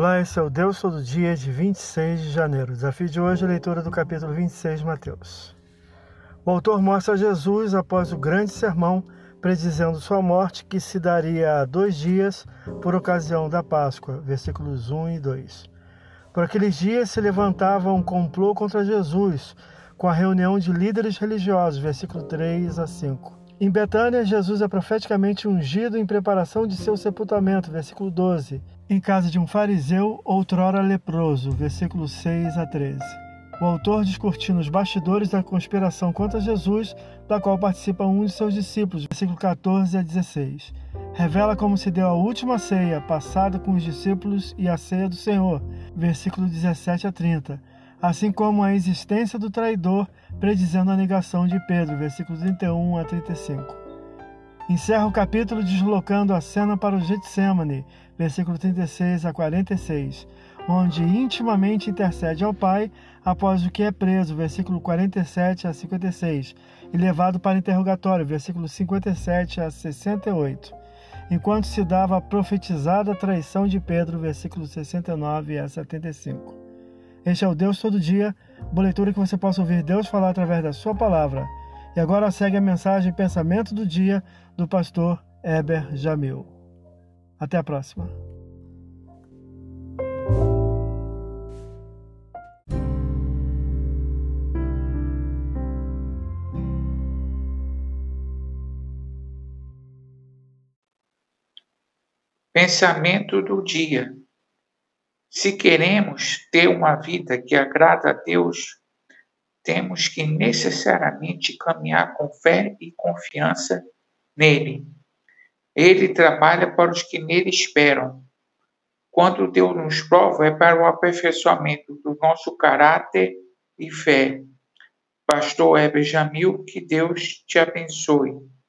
Olá, esse é o Deus Todo Dia de 26 de janeiro. O desafio de hoje é a leitura do capítulo 26 de Mateus. O autor mostra Jesus após o grande sermão, predizendo sua morte, que se daria há 2 dias por ocasião da Páscoa, versículos 1 e 2. Por aqueles dias se levantava um complô contra Jesus, com a reunião de líderes religiosos, versículo 3 a 5. Em Betânia, Jesus é profeticamente ungido em preparação de seu sepultamento, versículo 12, em casa de um fariseu, outrora leproso, versículos 6 a 13. O autor discute nos bastidores da conspiração contra Jesus, da qual participa um de seus discípulos, versículo 14 a 16. Revela como se deu a última ceia, passada com os discípulos, e a ceia do Senhor, versículo 17 a 30. Assim como a existência do traidor, predizendo a negação de Pedro, versículos 31 a 35. Encerra o capítulo deslocando a cena para o Getsêmani, versículo 36 a 46, onde intimamente intercede ao Pai após o que é preso, versículo 47 a 56, e levado para interrogatório, versículo 57 a 68, enquanto se dava a profetizada traição de Pedro, versículo 69 a 75. Este é o Deus Todo Dia, boa leitura que você possa ouvir Deus falar através da sua palavra. E agora segue a mensagem Pensamento do Dia do pastor Heber Jamil. Até a próxima. Pensamento do dia. Se queremos ter uma vida que agrada a Deus, temos que necessariamente caminhar com fé e confiança nele. Ele trabalha para os que nele esperam. Quando Deus nos prova, é para o aperfeiçoamento do nosso caráter e fé. Pastor Heber Jamil, que Deus te abençoe.